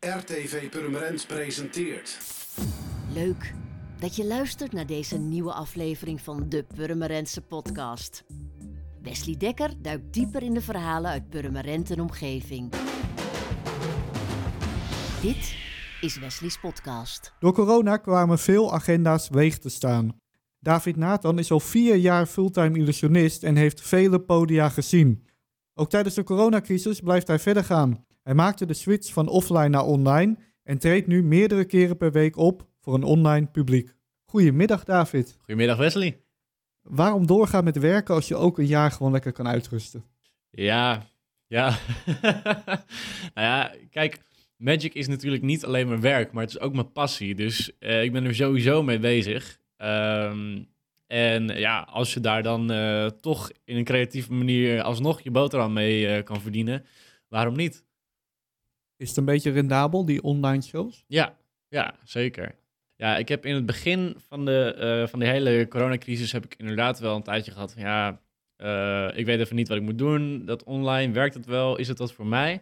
RTV Purmerend presenteert. Leuk dat je luistert naar deze nieuwe aflevering van de Purmerendse podcast. Wesley Dekker duikt dieper in de verhalen uit Purmerend en omgeving. Dit is Wesley's podcast. Door corona kwamen veel agenda's leeg te staan. David Nathan is al 4 jaar fulltime illusionist en heeft vele podia gezien. Ook tijdens de coronacrisis blijft hij verder gaan. Hij maakte de switch van offline naar online en treedt nu meerdere keren per week op voor een online publiek. Goedemiddag David. Goedemiddag Wesley. Waarom doorgaan met werken als je ook een jaar gewoon lekker kan uitrusten? Ja. Nou ja, kijk, Magic is natuurlijk niet alleen mijn werk, maar het is ook mijn passie. Dus ik ben er sowieso mee bezig. En ja, als je daar dan toch in een creatieve manier alsnog je boterham mee kan verdienen, waarom niet? Is het een beetje rendabel, die online shows? Ja, zeker. Ja, ik heb in het begin van de hele coronacrisis heb ik inderdaad wel een tijdje gehad van ja, ik weet even niet wat ik moet doen. Dat online, werkt het wel? Is het wat voor mij?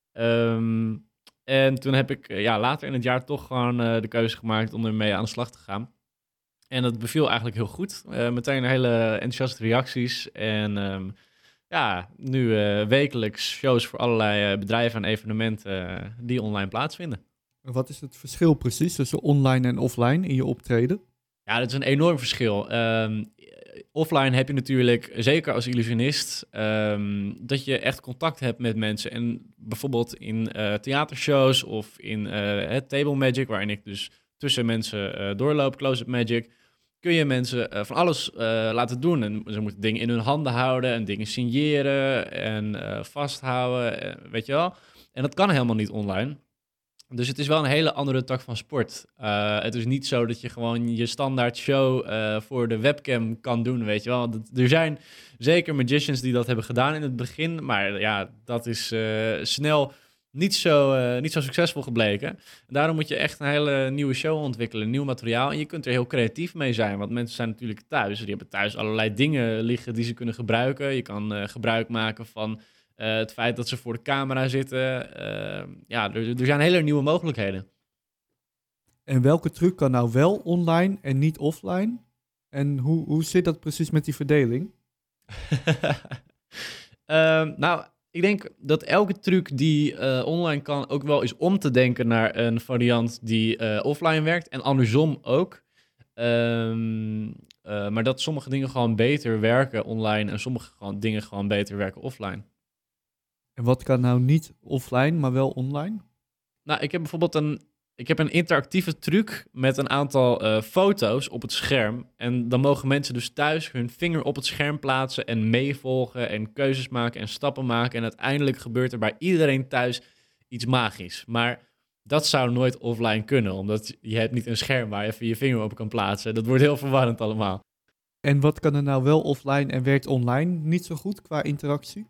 En toen heb ik later in het jaar toch gewoon de keuze gemaakt om ermee aan de slag te gaan. En dat beviel eigenlijk heel goed. Meteen hele enthousiaste reacties. En nu wekelijks shows voor allerlei bedrijven en evenementen die online plaatsvinden. Wat is het verschil precies tussen online en offline in je optreden? Ja, dat is een enorm verschil. Offline heb je natuurlijk, zeker als illusionist, dat je echt contact hebt met mensen. En bijvoorbeeld in theatershows of in table magic, waarin ik dus tussen mensen doorloop, close-up magic, kun je mensen van alles laten doen. En ze moeten dingen in hun handen houden en dingen signeren en vasthouden, weet je wel. En dat kan helemaal niet online. Dus het is wel een hele andere tak van sport. Het is niet zo dat je gewoon je standaard show voor de webcam kan doen, weet je wel. Er zijn zeker magicians die dat hebben gedaan in het begin, maar ja, dat is snel niet zo succesvol gebleken. En daarom moet je echt een hele nieuwe show ontwikkelen, nieuw materiaal. En je kunt er heel creatief mee zijn, want mensen zijn natuurlijk thuis. Die hebben thuis allerlei dingen liggen die ze kunnen gebruiken. Je kan gebruik maken van het feit dat ze voor de camera zitten. Er zijn hele nieuwe mogelijkheden. En welke truc kan nou wel online en niet offline? En hoe zit dat precies met die verdeling? Ik denk dat elke truc die online kan ook wel is om te denken naar een variant die offline werkt. En andersom ook. Maar dat sommige dingen gewoon beter werken online en sommige dingen gewoon beter werken offline. En wat kan nou niet offline, maar wel online? Nou, ik heb bijvoorbeeld een interactieve truc met een aantal foto's op het scherm. En dan mogen mensen dus thuis hun vinger op het scherm plaatsen en meevolgen en keuzes maken en stappen maken. En uiteindelijk gebeurt er bij iedereen thuis iets magisch. Maar dat zou nooit offline kunnen, omdat je hebt niet een scherm waar je even je vinger op kan plaatsen. Dat wordt heel verwarrend allemaal. En wat kan er nou wel offline en werkt online niet zo goed qua interactie?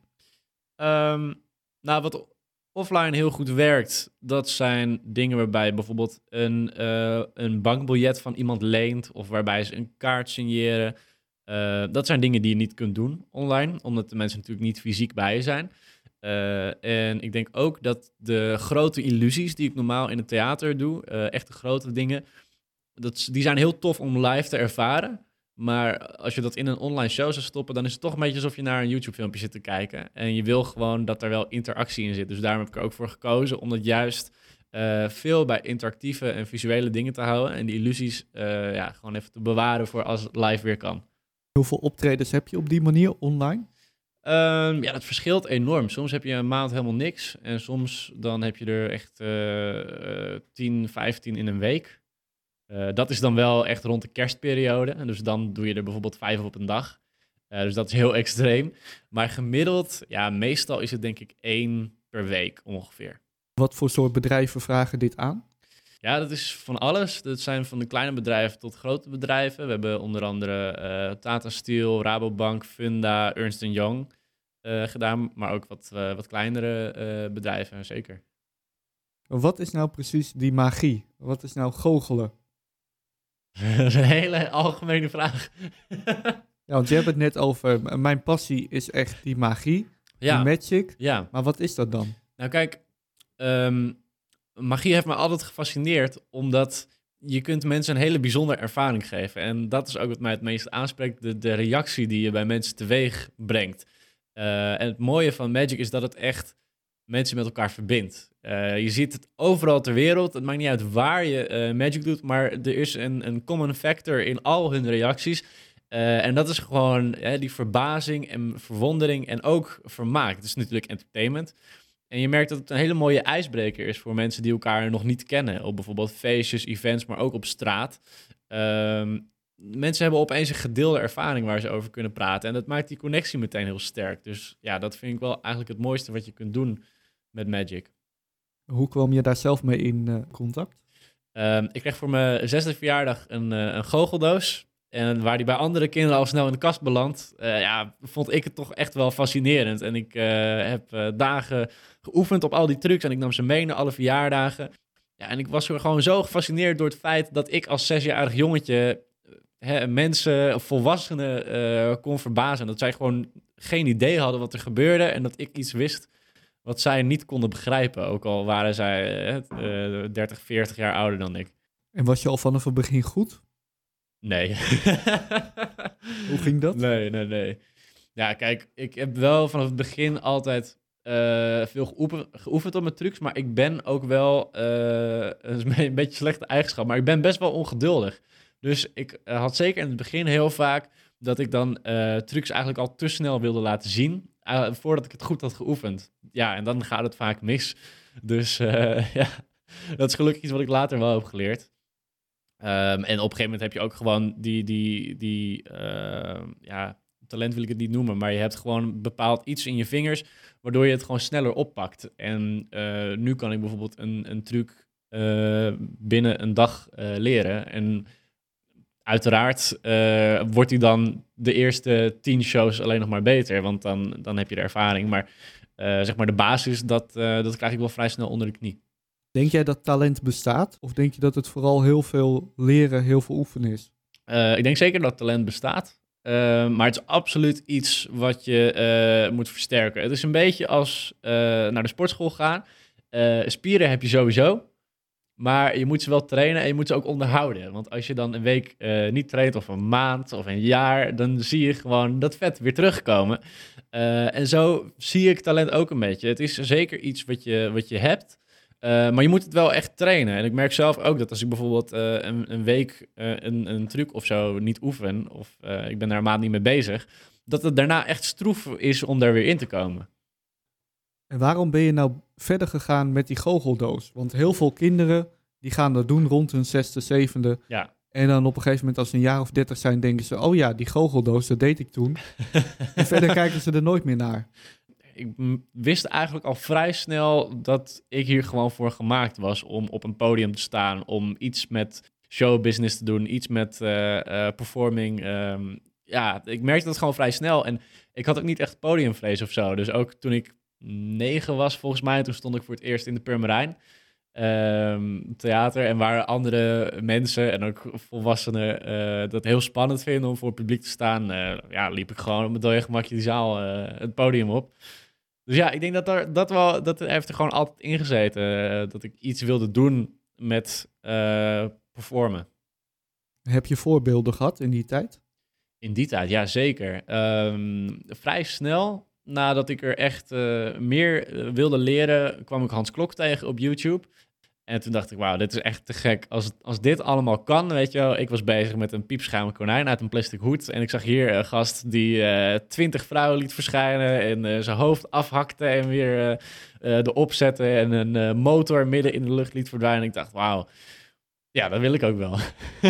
Wat offline heel goed werkt, dat zijn dingen waarbij je bijvoorbeeld een bankbiljet van iemand leent of waarbij ze een kaart signeren. Dat zijn dingen die je niet kunt doen online, omdat de mensen natuurlijk niet fysiek bij je zijn. En ik denk ook dat de grote illusies die ik normaal in het theater doe, echt de grote dingen, die zijn heel tof om live te ervaren. Maar als je dat in een online show zou stoppen, dan is het toch een beetje alsof je naar een YouTube-filmpje zit te kijken. En je wil gewoon dat er wel interactie in zit. Dus daarom heb ik er ook voor gekozen om dat juist veel bij interactieve en visuele dingen te houden. En die illusies gewoon even te bewaren voor als het live weer kan. Hoeveel optredens heb je op die manier online? Dat verschilt enorm. Soms heb je een maand helemaal niks. En soms dan heb je er echt 10, 15 in een week. Dat is dan wel echt rond de kerstperiode. En dus dan doe je er bijvoorbeeld 5 op een dag. Dus dat is heel extreem. Maar gemiddeld, meestal is het denk ik 1 per week ongeveer. Wat voor soort bedrijven vragen dit aan? Ja, dat is van alles. Dat zijn van de kleine bedrijven tot grote bedrijven. We hebben onder andere Tata Steel, Rabobank, Funda, Ernst & Young gedaan. Maar ook wat kleinere bedrijven, zeker. Wat is nou precies die magie? Wat is nou goochelen? Dat is een hele algemene vraag. Ja, want je hebt het net over, mijn passie is echt die magie, die magic. Ja. Maar wat is dat dan? Nou kijk, magie heeft me altijd gefascineerd, omdat je kunt mensen een hele bijzondere ervaring geven. En dat is ook wat mij het meest aanspreekt, de reactie die je bij mensen teweeg brengt. En het mooie van Magic is dat het echt mensen met elkaar verbindt. Je ziet het overal ter wereld. Het maakt niet uit waar je Magic doet, maar er is een common factor in al hun reacties. En dat is gewoon die verbazing en verwondering en ook vermaak. Het is natuurlijk entertainment. En je merkt dat het een hele mooie ijsbreker is voor mensen die elkaar nog niet kennen. Op bijvoorbeeld feestjes, events, maar ook op straat. Mensen hebben opeens een gedeelde ervaring waar ze over kunnen praten. En dat maakt die connectie meteen heel sterk. Dus ja, dat vind ik wel eigenlijk het mooiste wat je kunt doen met Magic. Hoe kwam je daar zelf mee in contact? Ik kreeg voor mijn 6e verjaardag een goocheldoos. En waar die bij andere kinderen al snel in de kast belandt, vond ik het toch echt wel fascinerend. En ik heb dagen geoefend op al die trucs en ik nam ze mee naar alle verjaardagen. Ja, en ik was er gewoon zo gefascineerd door het feit dat ik als 6-jarig jongetje mensen, volwassenen kon verbazen. Dat zij gewoon geen idee hadden wat er gebeurde en dat ik iets wist wat zij niet konden begrijpen. Ook al waren zij 30, 40 jaar ouder dan ik. En was je al vanaf het begin goed? Nee. Hoe ging dat? Nee. Ja, kijk, ik heb wel vanaf het begin altijd veel geoefend op mijn trucs, maar ik ben ook wel, dat is een beetje slechte eigenschap, maar ik ben best wel ongeduldig. Dus ik had zeker in het begin heel vaak dat ik dan trucs eigenlijk al te snel wilde laten zien, voordat ik het goed had geoefend. Ja, en dan gaat het vaak mis. Dus ja, dat is gelukkig iets wat ik later wel heb geleerd. En op een gegeven moment heb je ook gewoon talent wil ik het niet noemen, maar je hebt gewoon bepaald iets in je vingers, waardoor je het gewoon sneller oppakt. En nu kan ik bijvoorbeeld een truc binnen een dag leren. En uiteraard wordt die dan de eerste 10 shows alleen nog maar beter, want dan heb je de ervaring. Maar zeg maar de basis, dat krijg ik wel vrij snel onder de knie. Denk jij dat talent bestaat? Of denk je dat het vooral heel veel leren, heel veel oefenen is? Ik denk zeker dat talent bestaat. Maar het is absoluut iets wat je moet versterken. Het is een beetje als naar de sportschool gaan. Spieren heb je sowieso. Maar je moet ze wel trainen en je moet ze ook onderhouden. Want als je dan een week niet traint of een maand of een jaar, dan zie je gewoon dat vet weer terugkomen. En zo zie ik talent ook een beetje. Het is zeker iets wat je hebt. Maar je moet het wel echt trainen. En ik merk zelf ook dat als ik bijvoorbeeld een week een truc of zo niet oefen, of ik ben daar een maand niet mee bezig, dat het daarna echt stroef is om daar weer in te komen. En waarom ben je nou verder gegaan met die goocheldoos? Want heel veel kinderen die gaan dat doen rond hun 6e, 7e. Ja. En dan op een gegeven moment als ze een jaar of 30 zijn, denken ze, oh ja, die goocheldoos, dat deed ik toen. En verder kijken ze er nooit meer naar. Ik wist eigenlijk al vrij snel dat ik hier gewoon voor gemaakt was om op een podium te staan, om iets met showbusiness te doen, iets met performing. Ik merkte dat gewoon vrij snel en ik had ook niet echt podiumvrees of zo. Dus ook toen ik 9 was volgens mij, toen stond ik voor het eerst in de Purmerijn theater en waar andere mensen en ook volwassenen dat heel spannend vinden om voor het publiek te staan, liep ik gewoon op mijn dode gemakje die zaal het podium op. Dus ja, ik denk dat heeft er gewoon altijd in gezeten, dat ik iets wilde doen met performen. Heb je voorbeelden gehad in die tijd? In die tijd, ja zeker. Vrij snel, nadat ik er echt meer wilde leren, kwam ik Hans Klok tegen op YouTube. En toen dacht ik, wauw, dit is echt te gek. Als dit allemaal kan, weet je wel. Ik was bezig met een piepschuim konijn uit een plastic hoed. En ik zag hier een gast die 20 vrouwen liet verschijnen en zijn hoofd afhakte en weer erop zette en een motor midden in de lucht liet verdwijnen. Ik dacht, wauw, ja, dat wil ik ook wel.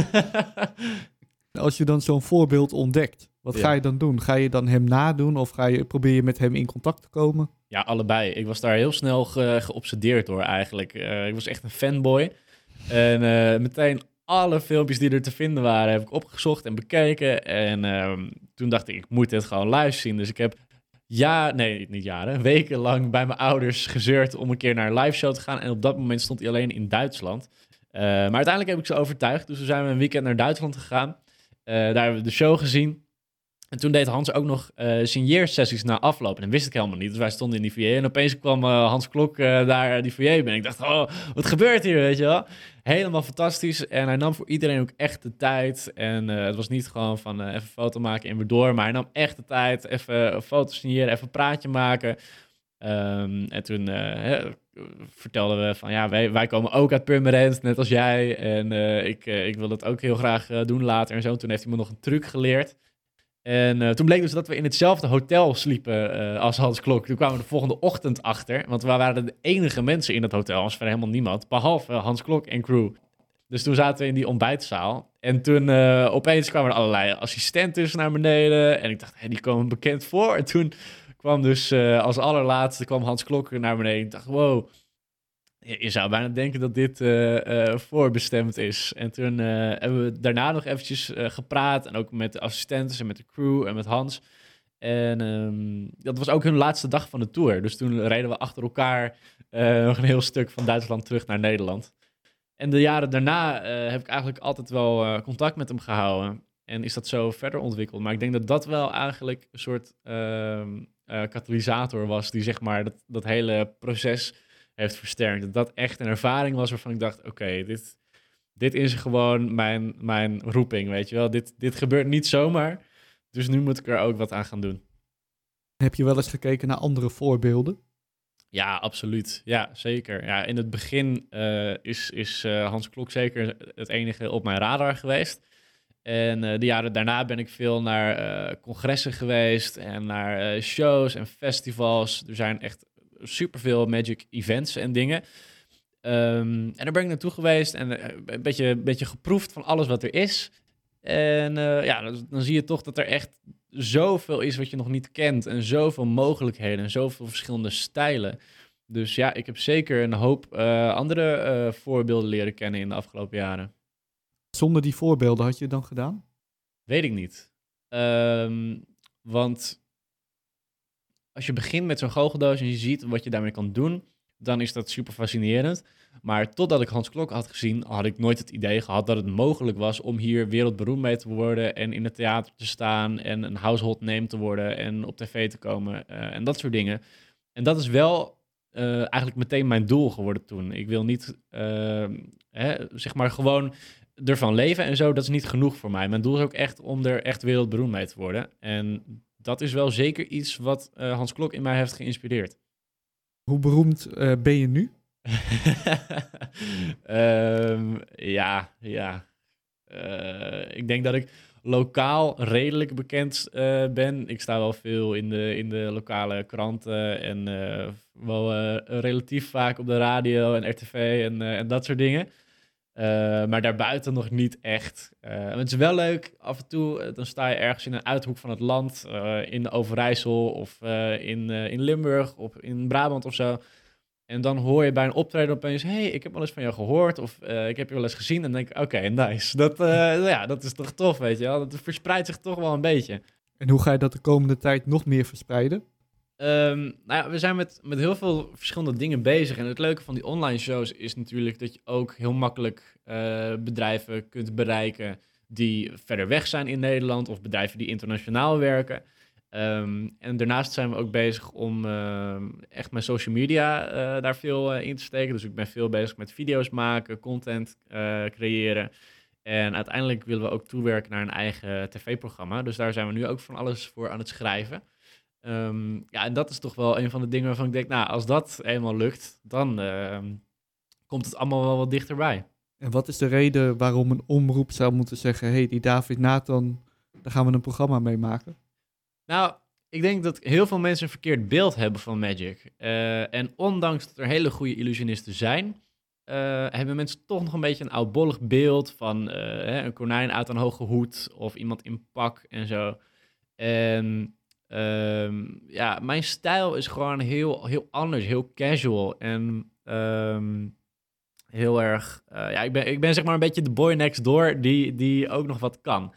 Als je dan zo'n voorbeeld ontdekt, wat ga je dan doen? Ga je dan hem nadoen of probeer je met hem in contact te komen? Ja, allebei. Ik was daar heel snel geobsedeerd door eigenlijk. Ik was echt een fanboy. En meteen alle filmpjes die er te vinden waren, heb ik opgezocht en bekeken. En toen dacht ik moet dit gewoon live zien. Dus ik heb wekenlang bij mijn ouders gezeurd om een keer naar een live show te gaan. En op dat moment stond hij alleen in Duitsland. Maar uiteindelijk heb ik ze overtuigd. Dus we zijn een weekend naar Duitsland gegaan. Daar hebben we de show gezien. En toen deed Hans ook nog signeersessies na afloop. En dat wist ik helemaal niet. Dus wij stonden in die foyer. En opeens kwam Hans Klok daar die foyer binnen. Ik dacht, oh, wat gebeurt hier, weet je wel? Helemaal fantastisch. En hij nam voor iedereen ook echt de tijd. En het was niet gewoon van even een foto maken en weer door. Maar hij nam echt de tijd. Even een foto signeren, even een praatje maken. En toen vertelden we van, ja, wij komen ook uit Purmerend, net als jij. En ik wil dat ook heel graag doen later en zo. En toen heeft hij me nog een truc geleerd. En toen bleek dus dat we in hetzelfde hotel sliepen als Hans Klok. Toen kwamen we de volgende ochtend achter. Want we waren de enige mensen in het hotel. Was verder helemaal niemand. Behalve Hans Klok en crew. Dus toen zaten we in die ontbijtzaal. En toen opeens kwamen er allerlei assistenten naar beneden. En ik dacht, die komen bekend voor. En toen kwam dus als allerlaatste kwam Hans Klok naar beneden. Ik dacht, wow. Je zou bijna denken dat dit voorbestemd is. En toen hebben we daarna nog eventjes gepraat. En ook met de assistenten en met de crew en met Hans. En dat was ook hun laatste dag van de tour. Dus toen reden we achter elkaar nog een heel stuk van Duitsland terug naar Nederland. En de jaren daarna heb ik eigenlijk altijd wel contact met hem gehouden. En is dat zo verder ontwikkeld. Maar ik denk dat dat wel eigenlijk een soort katalysator was. Die zeg maar dat hele proces heeft versterkt. Dat dat echt een ervaring was waarvan ik dacht, oké, dit is gewoon mijn roeping, weet je wel. Dit gebeurt niet zomaar, dus nu moet ik er ook wat aan gaan doen. Heb je wel eens gekeken naar andere voorbeelden? Ja, absoluut. Ja, zeker. Ja, in het begin is Hans Klok zeker het enige op mijn radar geweest. En de jaren daarna ben ik veel naar congressen geweest en naar shows en festivals. Er zijn echt superveel Magic events en dingen. En daar ben ik naartoe geweest en een beetje geproefd van alles wat er is. En dan zie je toch dat er echt zoveel is wat je nog niet kent. En zoveel mogelijkheden en zoveel verschillende stijlen. Dus ja, ik heb zeker een hoop andere voorbeelden leren kennen in de afgelopen jaren. Zonder die voorbeelden had je het dan gedaan? Weet ik niet. Want als je begint met zo'n goocheldoos en je ziet wat je daarmee kan doen, dan is dat super fascinerend. Maar totdat ik Hans Klok had gezien, had ik nooit het idee gehad dat het mogelijk was om hier wereldberoemd mee te worden en in het theater te staan en een household name te worden en op tv te komen en dat soort dingen. En dat is wel eigenlijk meteen mijn doel geworden toen. Ik wil niet, zeg maar gewoon ervan leven en zo, dat is niet genoeg voor mij. Mijn doel is ook echt om er echt wereldberoemd mee te worden. En dat is wel zeker iets wat Hans Klok in mij heeft geïnspireerd. Hoe beroemd ben je nu? Ik denk dat ik lokaal redelijk bekend ben. Ik sta wel veel in de lokale kranten en wel relatief vaak op de radio en RTV en dat soort dingen. Maar daarbuiten nog niet echt. Het is wel leuk, af en toe dan sta je ergens in een uithoek van het land, in de Overijssel of in Limburg of in Brabant of zo. En dan hoor je bij een optreden opeens, hey, ik heb wel eens van jou gehoord of ik heb je wel eens gezien. En dan denk ik, oké, nice. Dat is toch tof, weet je wel. Dat verspreidt zich toch wel een beetje. En hoe ga je dat de komende tijd nog meer verspreiden? We zijn met heel veel verschillende dingen bezig. En het leuke van die online shows is natuurlijk dat je ook heel makkelijk bedrijven kunt bereiken die verder weg zijn in Nederland of bedrijven die internationaal werken. En daarnaast zijn we ook bezig om echt mijn social media daar veel in te steken. Dus ik ben veel bezig met video's maken, content creëren. En uiteindelijk willen we ook toewerken naar een eigen tv-programma. Dus daar zijn we nu ook van alles voor aan het schrijven. En dat is toch wel een van de dingen waarvan ik denk, nou, als dat eenmaal lukt, dan komt het allemaal wel wat dichterbij. En wat is de reden waarom een omroep zou moeten zeggen, hey, die David Nathan, daar gaan we een programma mee maken? Nou, ik denk dat heel veel mensen een verkeerd beeld hebben van Magic. En ondanks dat er hele goede illusionisten zijn, hebben mensen toch nog een beetje een oudbollig beeld van een konijn uit een hoge hoed of iemand in pak en zo. En mijn stijl is gewoon heel, heel anders, heel casual en heel erg... ik ben zeg maar een beetje de boy next door die ook nog wat kan.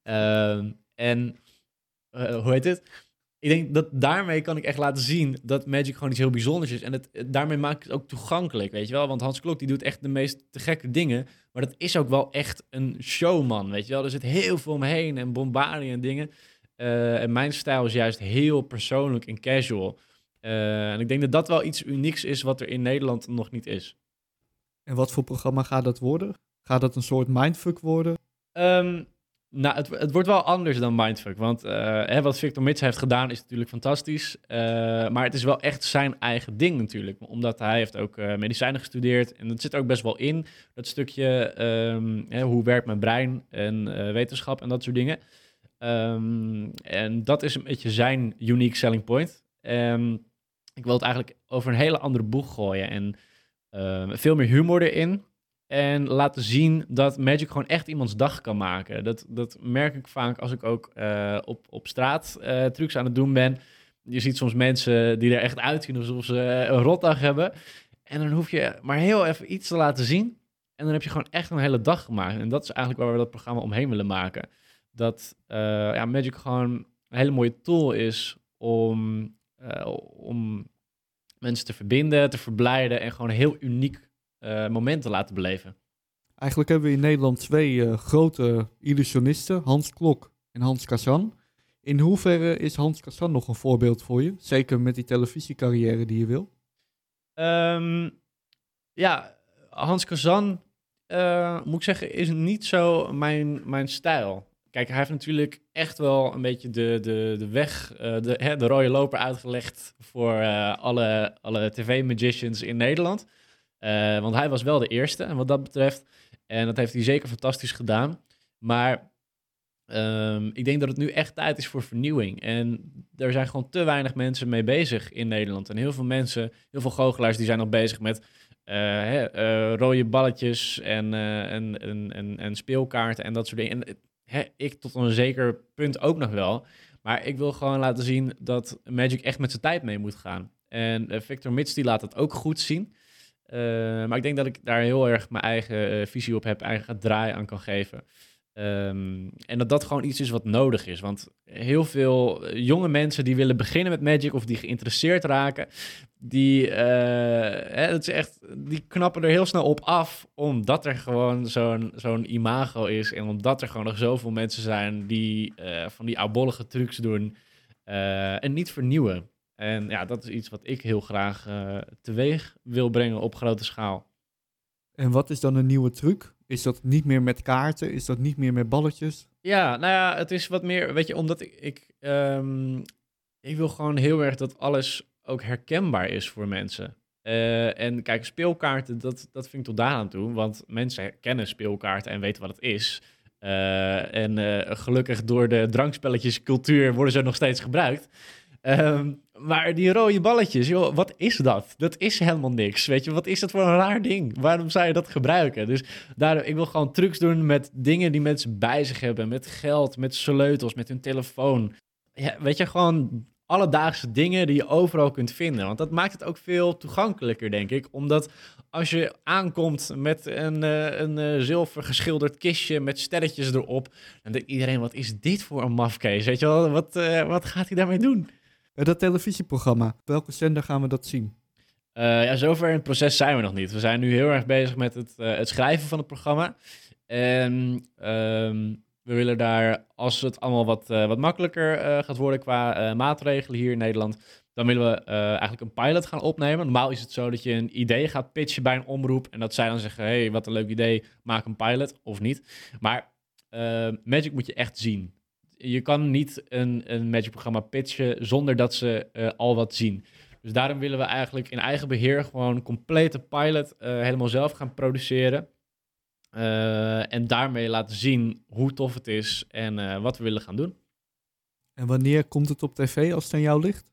Hoe heet het? Ik denk dat daarmee kan ik echt laten zien dat Magic gewoon iets heel bijzonders is. En daarmee maak ik het ook toegankelijk, weet je wel? Want Hans Klok die doet echt de meest te gekke dingen. Maar dat is ook wel echt een showman, weet je wel? Er zit heel veel omheen en bombardie en dingen. En mijn stijl is juist heel persoonlijk en casual. En ik denk dat dat wel iets unieks is wat er in Nederland nog niet is. En wat voor programma gaat dat worden? Gaat dat een soort mindfuck worden? Nou, het wordt wel anders dan Mindfuck. Want wat Victor Mits heeft gedaan is natuurlijk fantastisch. Maar het is wel echt zijn eigen ding natuurlijk. Omdat hij heeft ook medicijnen gestudeerd. En dat zit er ook best wel in. Dat stukje hoe werkt mijn brein en wetenschap en dat soort dingen. En dat is een beetje zijn unique selling point. Ik wil het eigenlijk over een hele andere boeg gooien. En veel meer humor erin. En laten zien dat Magic gewoon echt iemands dag kan maken. Dat merk ik vaak als ik ook op straat trucs aan het doen ben. Je ziet soms mensen die er echt uitzien alsof ze een rotdag hebben. En dan hoef je maar heel even iets te laten zien. En dan heb je gewoon echt een hele dag gemaakt. En dat is eigenlijk waar we dat programma omheen willen maken. Dat Magic gewoon een hele mooie tool is om mensen te verbinden, te verblijden en gewoon heel uniek momenten laten beleven. Eigenlijk hebben we in Nederland 2 grote illusionisten, Hans Klok en Hans Kazan. In hoeverre is Hans Kazan nog een voorbeeld voor je? Zeker met die televisiecarrière die je wil. Hans Kazan, moet ik zeggen, is niet zo mijn stijl. Kijk, hij heeft natuurlijk echt wel een beetje de weg, de rode loper uitgelegd voor alle tv-magicians in Nederland. Want hij was wel de eerste, en wat dat betreft. En dat heeft hij zeker fantastisch gedaan. Maar ik denk dat het nu echt tijd is voor vernieuwing. En er zijn gewoon te weinig mensen mee bezig in Nederland. En heel veel mensen, heel veel goochelaars, die zijn nog bezig met rode balletjes en speelkaarten en dat soort dingen. En ik tot een zeker punt ook nog wel. Maar ik wil gewoon laten zien dat Magic echt met zijn tijd mee moet gaan. En Victor Mits die laat het ook goed zien. Maar ik denk dat ik daar heel erg mijn eigen visie op heb, eigen draai aan kan geven. En dat gewoon iets is wat nodig is. Want heel veel jonge mensen die willen beginnen met Magic of die geïnteresseerd raken, die knappen er heel snel op af, omdat er gewoon zo'n imago is en omdat er gewoon nog zoveel mensen zijn die van die oudbollige trucs doen en niet vernieuwen. En ja, dat is iets wat ik heel graag teweeg wil brengen op grote schaal. En wat is dan een nieuwe truc? Is dat niet meer met kaarten? Is dat niet meer met balletjes? Ja, nou ja, het is wat meer, weet je, omdat ik wil gewoon heel erg dat alles ook herkenbaar is voor mensen. En kijk, speelkaarten, dat vind ik tot daar aan toe, want mensen kennen speelkaarten en weten wat het is. Gelukkig door de drankspelletjescultuur worden ze nog steeds gebruikt. Maar die rode balletjes, joh, wat is dat? Dat is helemaal niks, weet je. Wat is dat voor een raar ding? Waarom zou je dat gebruiken? Dus daardoor, ik wil gewoon trucs doen met dingen die mensen bij zich hebben. Met geld, met sleutels, met hun telefoon. Ja, weet je, gewoon alledaagse dingen die je overal kunt vinden. Want dat maakt het ook veel toegankelijker, denk ik. Omdat als je aankomt met een zilver geschilderd kistje met sterretjes erop, dan denkt iedereen, wat is dit voor een mafkees? Weet je wel, wat gaat hij daarmee doen? Dat televisieprogramma, op welke zender gaan we dat zien? Zover in het proces zijn we nog niet. We zijn nu heel erg bezig met het schrijven van het programma. En we willen daar, als het allemaal wat makkelijker gaat worden qua maatregelen hier in Nederland, dan willen we eigenlijk een pilot gaan opnemen. Normaal is het zo dat je een idee gaat pitchen bij een omroep en dat zij dan zeggen, hey, wat een leuk idee, maak een pilot, of niet. Maar Magic moet je echt zien. Je kan niet een Magic-programma pitchen zonder dat ze al wat zien. Dus daarom willen we eigenlijk in eigen beheer gewoon een complete pilot helemaal zelf gaan produceren. En daarmee laten zien hoe tof het is en wat we willen gaan doen. En wanneer komt het op tv als het aan jou ligt?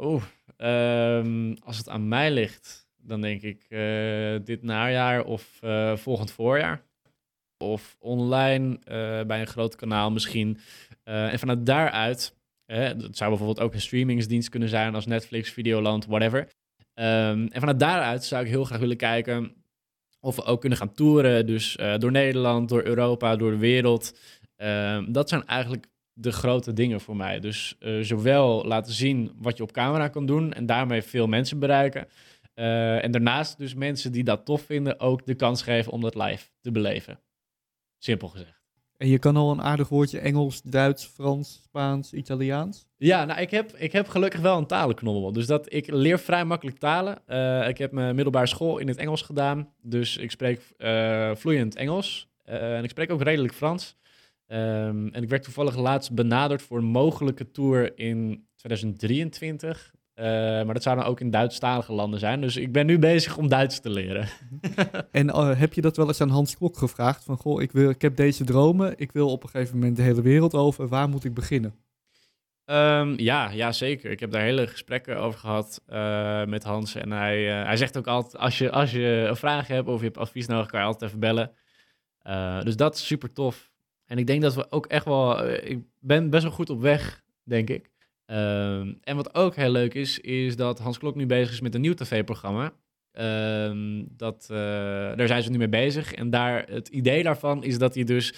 Als het aan mij ligt, dan denk ik dit najaar of volgend voorjaar. Of online bij een groot kanaal misschien. En vanuit daaruit, dat zou bijvoorbeeld ook een streamingsdienst kunnen zijn als Netflix, Videoland, whatever. En vanuit daaruit zou ik heel graag willen kijken of we ook kunnen gaan toeren. Dus door Nederland, door Europa, door de wereld. Dat zijn eigenlijk de grote dingen voor mij. Dus zowel laten zien wat je op camera kan doen en daarmee veel mensen bereiken. En daarnaast dus mensen die dat tof vinden ook de kans geven om dat live te beleven. Simpel gezegd. En je kan al een aardig woordje Engels, Duits, Frans, Spaans, Italiaans. Ja, nou, ik heb gelukkig wel een talenknobbel. Dus ik leer vrij makkelijk talen. Ik heb mijn middelbare school in het Engels gedaan. Dus ik spreek vloeiend Engels. En ik spreek ook redelijk Frans. En ik werd toevallig laatst benaderd voor een mogelijke tour in 2023. Maar dat zou dan ook in Duitsstalige landen zijn. Dus ik ben nu bezig om Duits te leren. En heb je dat wel eens aan Hans Klok gevraagd? Van, goh, ik heb deze dromen. Ik wil op een gegeven moment de hele wereld over. Waar moet ik beginnen? Ja, zeker. Ik heb daar hele gesprekken over gehad met Hans. En hij zegt ook altijd, als je een vraag hebt of je hebt advies nodig, kan je altijd even bellen. Dus dat is super tof. En ik denk dat we ook echt wel... ik ben best wel goed op weg, denk ik. En wat ook heel leuk is dat Hans Klok nu bezig is met een nieuw tv-programma. Daar zijn ze nu mee bezig. En het idee daarvan is dat hij dus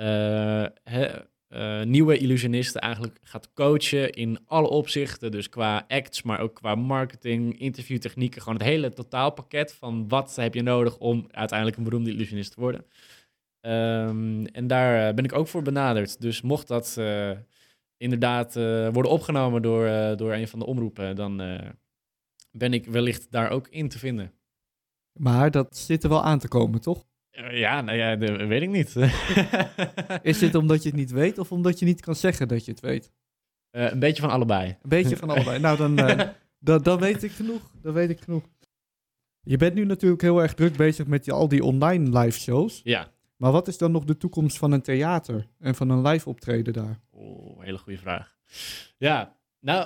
nieuwe illusionisten eigenlijk gaat coachen in alle opzichten. Dus qua acts, maar ook qua marketing, interviewtechnieken. Gewoon het hele totaalpakket van wat heb je nodig om uiteindelijk een beroemde illusionist te worden. En daar ben ik ook voor benaderd. Dus mocht dat inderdaad worden opgenomen door een van de omroepen, dan ben ik wellicht daar ook in te vinden. Maar dat zit er wel aan te komen, toch? Dat weet ik niet. Is dit omdat je het niet weet of omdat je niet kan zeggen dat je het weet? Een beetje van allebei. Een beetje van allebei. Nou, dan weet ik genoeg. Dan weet ik genoeg. Je bent nu natuurlijk heel erg druk bezig met al die online live shows. Ja. Maar wat is dan nog de toekomst van een theater en van een live optreden daar? Hele goede vraag. Ja, nou,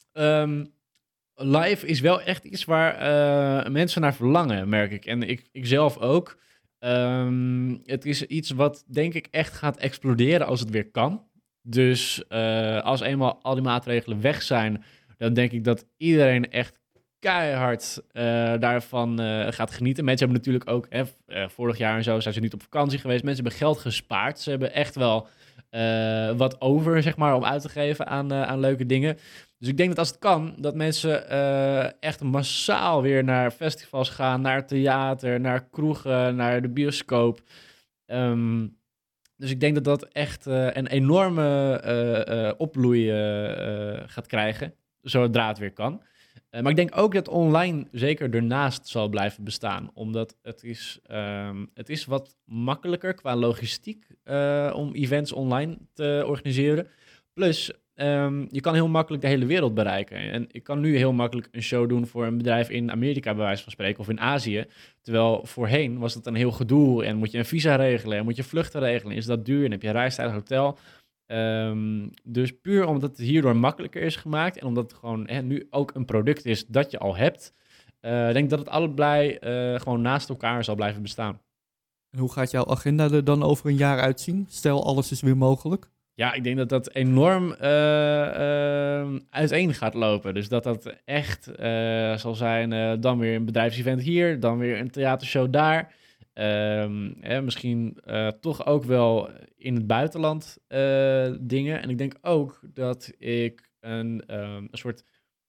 live is wel echt iets waar mensen naar verlangen, merk ik. En ik zelf ook. Het is iets wat denk ik echt gaat exploderen als het weer kan. Dus als eenmaal al die maatregelen weg zijn, dan denk ik dat iedereen echt keihard daarvan gaat genieten. Mensen hebben natuurlijk ook, vorig jaar en zo zijn ze niet op vakantie geweest. Mensen hebben geld gespaard. Ze hebben echt wel wat over, zeg maar, om uit te geven aan leuke dingen. Dus ik denk dat als het kan, dat mensen echt massaal weer naar festivals gaan, naar theater, naar kroegen, naar de bioscoop. Dus ik denk dat dat echt een enorme opbloei gaat krijgen, zodra het weer kan. Maar ik denk ook dat online zeker ernaast zal blijven bestaan. Omdat het is wat makkelijker qua logistiek om events online te organiseren. Plus, je kan heel makkelijk de hele wereld bereiken. En ik kan nu heel makkelijk een show doen voor een bedrijf in Amerika, bij wijze van spreken, of in Azië. Terwijl voorheen was dat een heel gedoe en moet je een visa regelen en moet je vluchten regelen. Is dat duur en heb je reistijd, hotel. Dus puur omdat het hierdoor makkelijker is gemaakt en omdat het gewoon nu ook een product is dat je al hebt, denk ik dat het allebei gewoon naast elkaar zal blijven bestaan. En hoe gaat jouw agenda er dan over een jaar uitzien? Stel, alles is weer mogelijk. Ja, ik denk dat dat enorm uiteen gaat lopen. Dus dat echt zal zijn, dan weer een bedrijfsevent hier, dan weer een theatershow daar. Misschien toch ook wel in het buitenland dingen. En ik denk ook dat ik een soort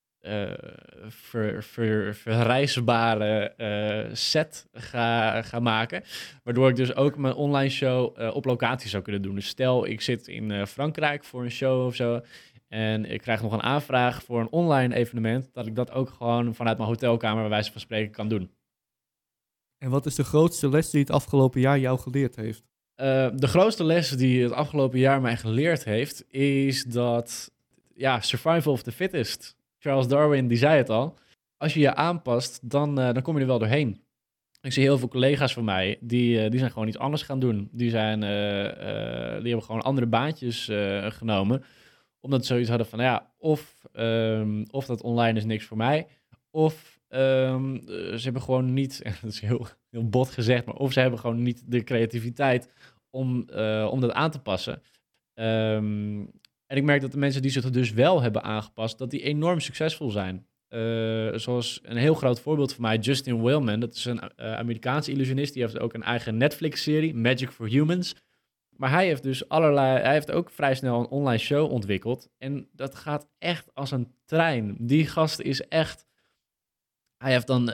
verreisbare set ga maken. Waardoor ik dus ook mijn online show op locatie zou kunnen doen. Dus stel, ik zit in Frankrijk voor een show of zo. En ik krijg nog een aanvraag voor een online evenement. Dat ik dat ook gewoon vanuit mijn hotelkamer bij wijze van spreken kan doen. En wat is de grootste les die het afgelopen jaar jou geleerd heeft? De grootste les die het afgelopen jaar mij geleerd heeft, is dat survival of the fittest. Charles Darwin, die zei het al. Als je je aanpast, dan kom je er wel doorheen. Ik zie heel veel collega's van mij, die zijn gewoon iets anders gaan doen. Die hebben gewoon andere baantjes genomen. Omdat ze zoiets hadden van, of dat online is niks voor mij. Of ze hebben gewoon niet, dat is heel bot gezegd, maar of ze hebben gewoon niet de creativiteit om dat aan te passen. En ik merk dat de mensen die zich dus wel hebben aangepast, dat die enorm succesvol zijn. Zoals een heel groot voorbeeld van mij, Justin Whaleman. Dat is een Amerikaanse illusionist. Die heeft ook een eigen Netflix-serie, Magic for Humans. Maar hij heeft dus hij heeft ook vrij snel een online show ontwikkeld. En dat gaat echt als een trein. Die gast is echt... Hij heeft dan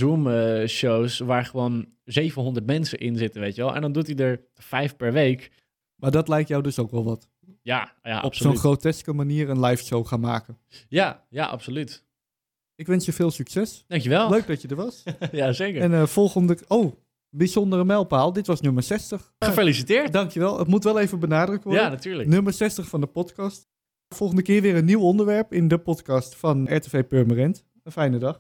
Zoom-shows waar gewoon 700 mensen in zitten, weet je wel. En dan doet hij er 5 per week. Maar dat lijkt jou dus ook wel wat. Ja, Op absoluut. zo'n groteske manier een live show gaan maken. Ja, absoluut. Ik wens je veel succes. Dankjewel. Leuk dat je er was. Ja, zeker. En volgende... Oh, bijzondere mijlpaal. Dit was nummer 60. Gefeliciteerd. Dankjewel. Het moet wel even benadrukt worden. Ja, natuurlijk. Nummer 60 van de podcast. Volgende keer weer een nieuw onderwerp in de podcast van RTV Purmerend. Een fijne dag.